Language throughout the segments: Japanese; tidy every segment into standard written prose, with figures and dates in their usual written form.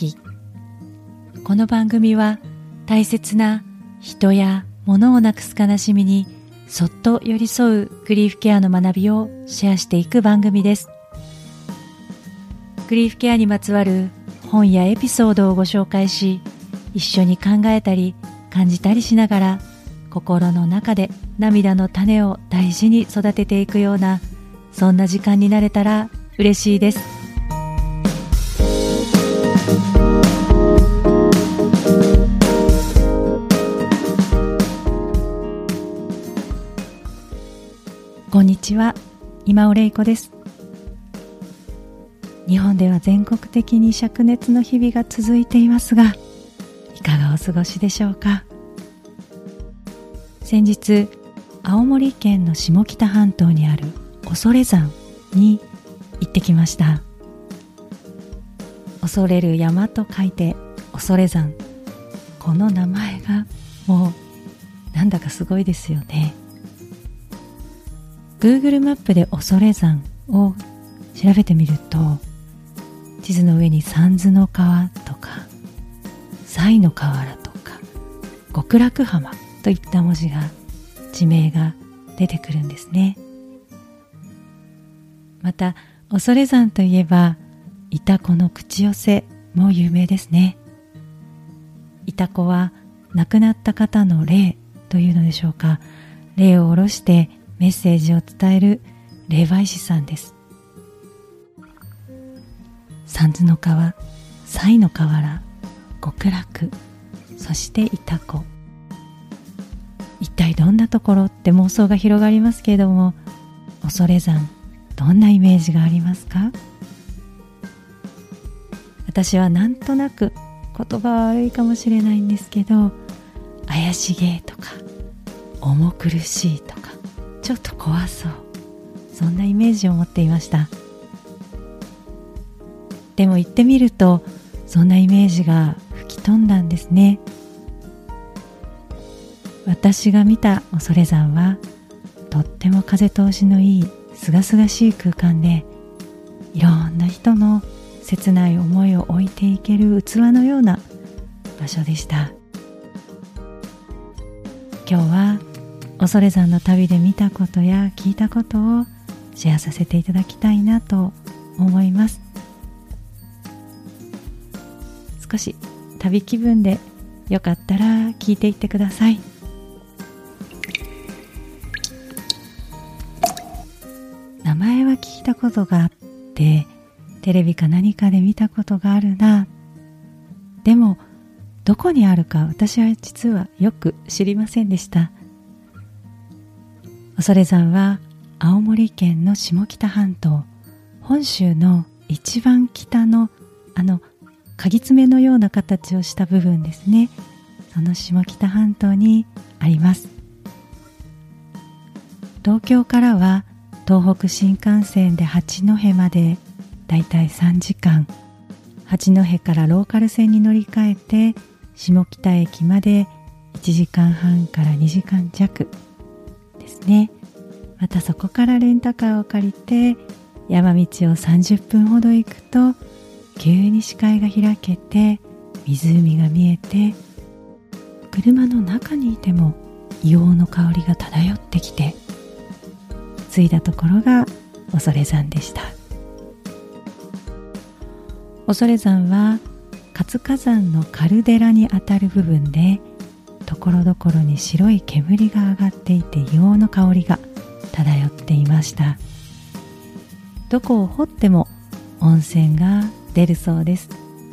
き。この番組は大切な人や物をなくす悲しみにそっと寄り添うグリーフケアの学びをシェアしていく番組です。グリーフケアにまつわる本やエピソードをご紹介し、一緒に考えたり感じたりしながら、心の中で涙の種を大事に育てていくような、そんな時間になれたら嬉しいです。こんにちは、今尾玲子です。日本では全国的に灼熱の日々が続いていますが、いかがお過ごしでしょうか。先日、青森県の下北半島にある恐山に行ってきました。恐れる山と書いて恐山。この名前がもうなんだかすごいですよね。Google マップで恐山を調べてみると、地図の上に三途の川とか賽の河原とか極楽浜といった文字が、地名が出てくるんですね。また恐山といえばイタコの口寄せも有名ですね。イタコは亡くなった方の霊というのでしょうか、霊を下ろしてメッセージを伝える霊媒師さんです。三途の川、賽の河原、極楽、そしてイタコ。一体どんなところって妄想が広がりますけれども、恐山、どんなイメージがありますか？私はなんとなく、言葉は悪いかもしれないんですけど、怪しげとか重苦しいとか、ちょっと怖そう、そんなイメージを持っていました。でも行ってみると、そんなイメージが吹き飛んだんですね。私が見た恐山は、とっても風通しのいいすがすがしい空間で、いろんな人の切ない思いを置いていける器のような場所でした。今日は恐山の旅で見たことや聞いたことをシェアさせていただきたいなと思います。少し旅気分でよかったら聞いていってください。名前は聞いたことがあって、テレビか何かで見たことがあるな。でもどこにあるか私は実はよく知りませんでした。恐山は青森県の下北半島、本州の一番北の鍵爪のような形をした部分ですね。その下北半島にあります。東京からは東北新幹線で八戸までだいたい3時間、八戸からローカル線に乗り換えて下北駅まで1時間半から2時間弱ですね。またそこからレンタカーを借りて山道を30分ほど行くと、急に視界が開けて湖が見えて、車の中にいても硫黄の香りが漂ってきて、着いたところが恐山でした。恐山は活火山のカルデラにあたる部分で、ところどころに白い煙が上がっていて、硫黄の香りが漂っていました。どこを掘っても温泉が出るそうです。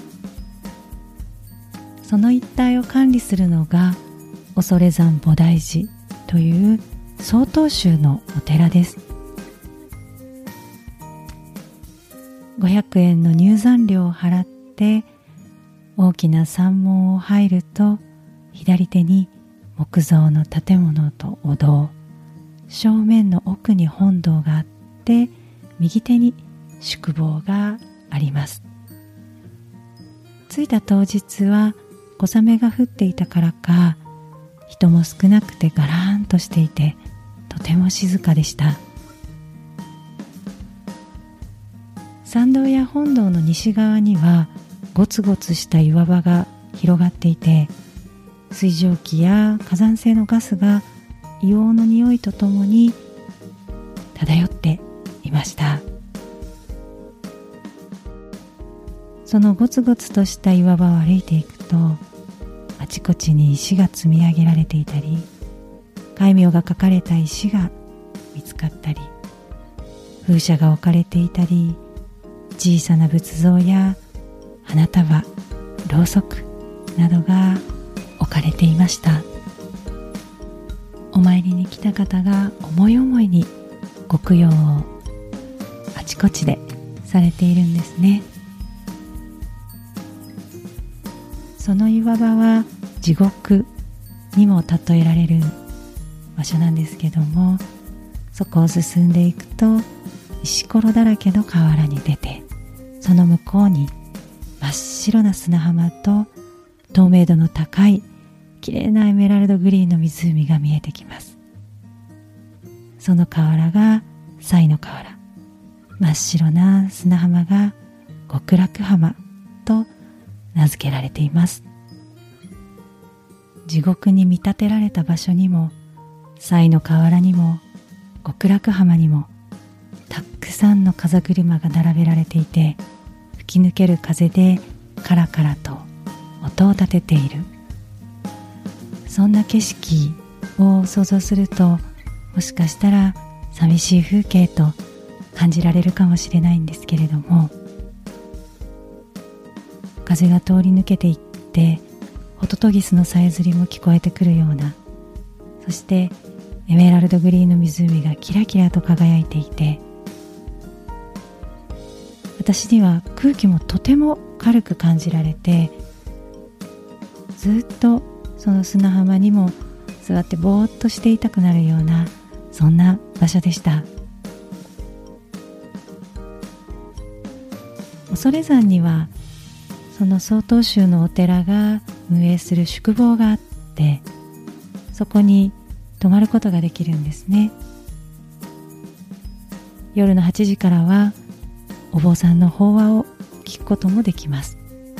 その一帯を管理するのが恐山菩提寺という曹洞宗のお寺です。500円の入山料を払って大きな山門を入ると、左手に木造の建物とお堂、正面の奥に本堂があって、右手に宿坊があります。着いた当日は小雨が降っていたからか、人も少なくてガラーンとしていて、とても静かでした。参道や本堂の西側にはゴツゴツした岩場が広がっていて、水蒸気や火山性のガスが硫黄の匂いとともに漂っていました。そのゴツゴツとした岩場を歩いていくと、あちこちに石が積み上げられていたり、戒名が書かれた石が見つかったり、風車が置かれていたり、小さな仏像や花束、ろうそくなどが置かれていました。お参りに来た方が思い思いにご供養をあちこちでされているんですね。その岩場は地獄にも例えられる場所なんですけども、そこを進んでいくと石ころだらけの河原に出て、その向こうに真っ白な砂浜と透明度の高いきれいなエメラルドグリーンの湖が見えてきます。その河原が賽の河原、真っ白な砂浜が極楽浜と名付けられています。地獄に見立てられた場所にも、賽の河原にも極楽浜にもたくさんの風車が並べられていて、吹き抜ける風でカラカラと音を立てている、そんな景色を想像すると、もしかしたら寂しい風景と感じられるかもしれないんですけれども、風が通り抜けていってホトトギスのさえずりも聞こえてくるような、そしてエメラルドグリーンの湖がキラキラと輝いていて、私には空気もとても軽く感じられて、ずっとその砂浜にも座ってぼーっとしていたくなるような、そんな場所でした。恐山にはその曹洞宗のお寺が運営する宿坊があって、そこに泊まることができるんですね。夜の8時からはお坊さんの法話を聞くこともできます。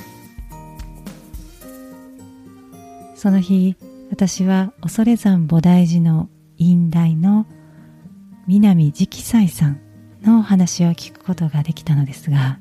その日、私は恐山菩提寺の院大の南直斎さんのお話を聞くことができたのですが、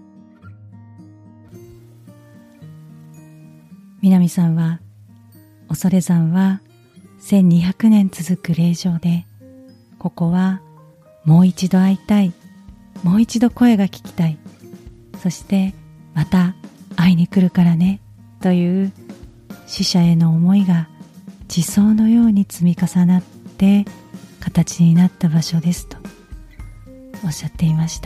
南さんは、恐山は1200年続く霊場で、ここはもう一度会いたい、もう一度声が聞きたい、そしてまた会いに来るからねという死者への思いが地層のように積み重なって形になった場所ですとおっしゃっていました。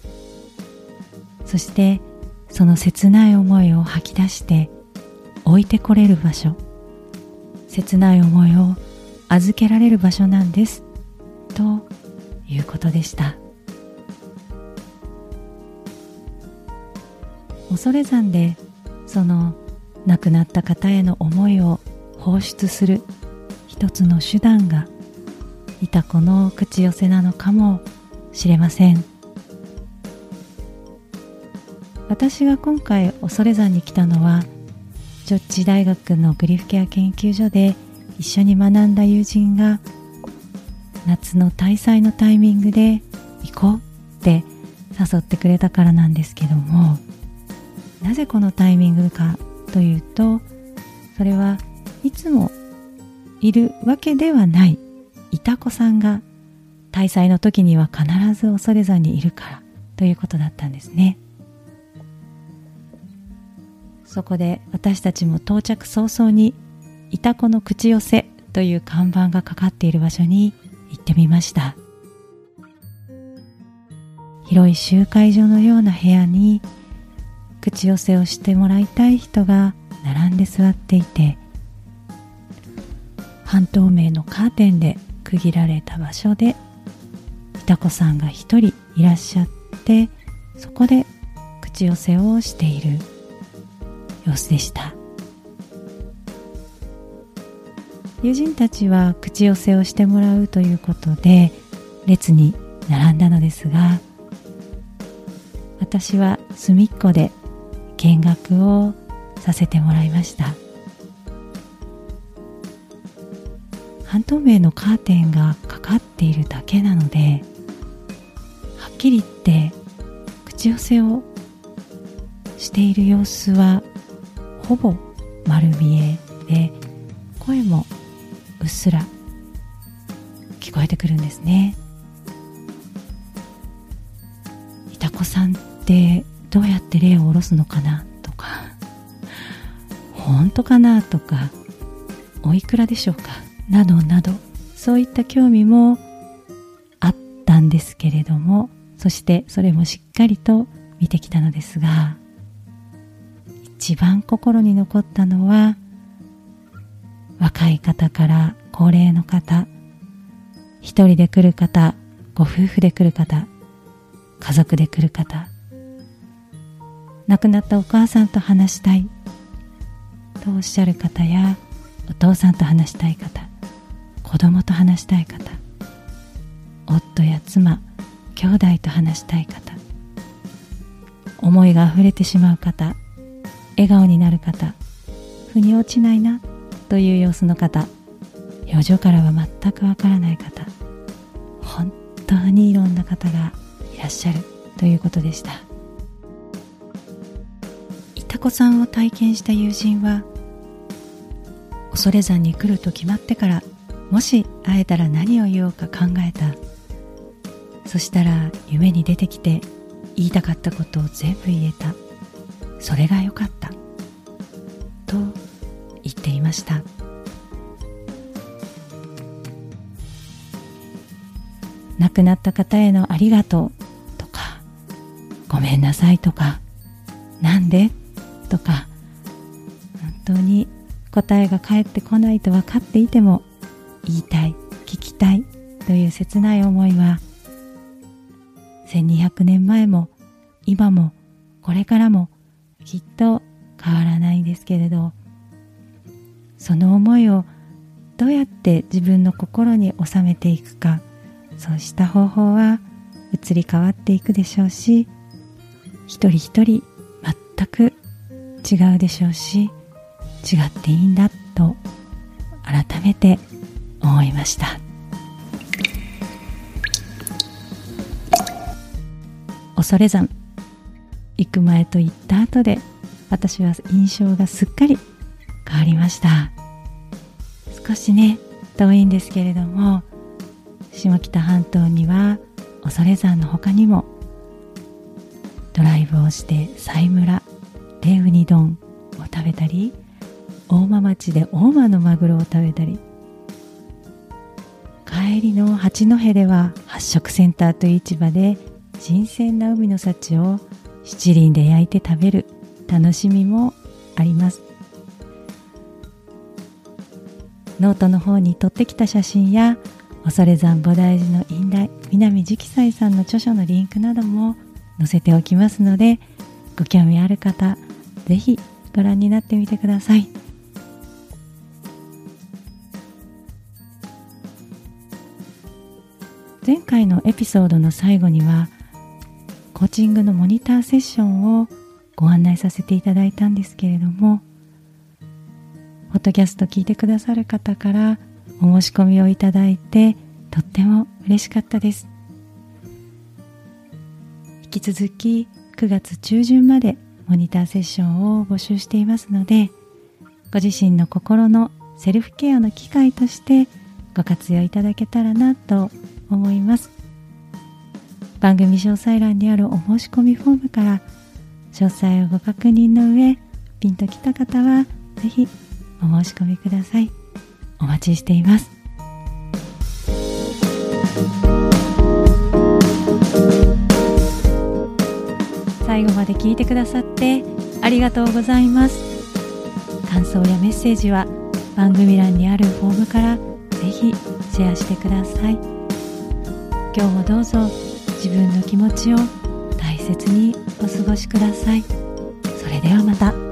そしてその切ない思いを吐き出して置いてこれる場所、切ない思いを預けられる場所なんですということでした。恐山でその亡くなった方への思いを放出する一つの手段がイタコの口寄せなのかもしれません。私が今回恐山に来たのは、ジョッジ大学のグリフケア研究所で一緒に学んだ友人が夏の大祭のタイミングで行こうって誘ってくれたからなんですけども、なぜこのタイミングかというと、それはいつもいるわけではないイタコさんが大祭の時には必ず恐山にいるからということだったんですね。そこで私たちも到着早々にイタコの口寄せという看板がかかっている場所に行ってみました。広い集会所のような部屋に口寄せをしてもらいたい人が並んで座っていて、半透明のカーテンで区切られた場所でイタコさんが一人いらっしゃって、そこで口寄せをしている様子でした。友人たちは口寄せをしてもらうということで列に並んだのですが、私は隅っこで見学をさせてもらいました。半透明のカーテンがかかっているだけなので、はっきり言って口寄せをしている様子はほぼ丸見えで、声もうっすら聞こえてくるんですね。いたこさんってどうやって霊を下ろすのかなとか、本当かなとか、おいくらでしょうかなどなど、そういった興味もあったんですけれども、そしてそれもしっかりと見てきたのですが、一番心に残ったのは、若い方から高齢の方、一人で来る方、ご夫婦で来る方、家族で来る方、亡くなったお母さんと話したいとおっしゃる方や、お父さんと話したい方、子供と話したい方、夫や妻、兄弟と話したい方、思いがあふれてしまう方、笑顔になる方、腑に落ちないなという様子の方、表情からは全くわからない方、本当にいろんな方がいらっしゃるということでした。いたこさんを体験した友人は、恐山に来ると決まってから、もし会えたら何を言おうか考えた。そしたら夢に出てきて言いたかったことを全部言えた。それが良かったと言っていました。亡くなった方へのありがとうとか、ごめんなさいとか、なんでとか、本当に答えが返ってこないと分かっていても、言いたい、聞きたいという切ない思いは、1200年前も今もこれからもきっと変わらないんですけれど、その思いをどうやって自分の心に収めていくか、そうした方法は移り変わっていくでしょうし、一人一人全く違うでしょうし、違っていいんだと改めて思いました。恐山行く前と行った後で、私は印象がすっかり変わりました。少しね、遠いんですけれども、下北半島には恐山の他にもドライブをして佐井村でウニ丼を食べたり、大間町で大間のマグロを食べたり、帰りの八戸では八食センターという市場で新鮮な海の幸を七輪で焼いて食べる楽しみもあります。ノートの方に撮ってきた写真や、恐山菩提寺の院大南直斎さんの著書のリンクなども載せておきますので、ご興味ある方ぜひご覧になってみてください。前回のエピソードの最後には、コーチングのモニターセッションをご案内させていただいたんですけれども、ポッドキャスト聞いてくださる方からお申し込みをいただいて、とっても嬉しかったです。引き続き9月中旬までモニターセッションを募集していますので、ご自身の心のセルフケアの機会としてご活用いただけたらなと思います。番組詳細欄にあるお申し込みフォームから詳細をご確認の上、ピンときた方はぜひお申し込みください。お待ちしています。最後まで聞いてくださってありがとうございます。感想やメッセージは番組欄にあるフォームからぜひシェアしてください。今日もどうぞ自分の気持ちを大切にお過ごしください。それではまた。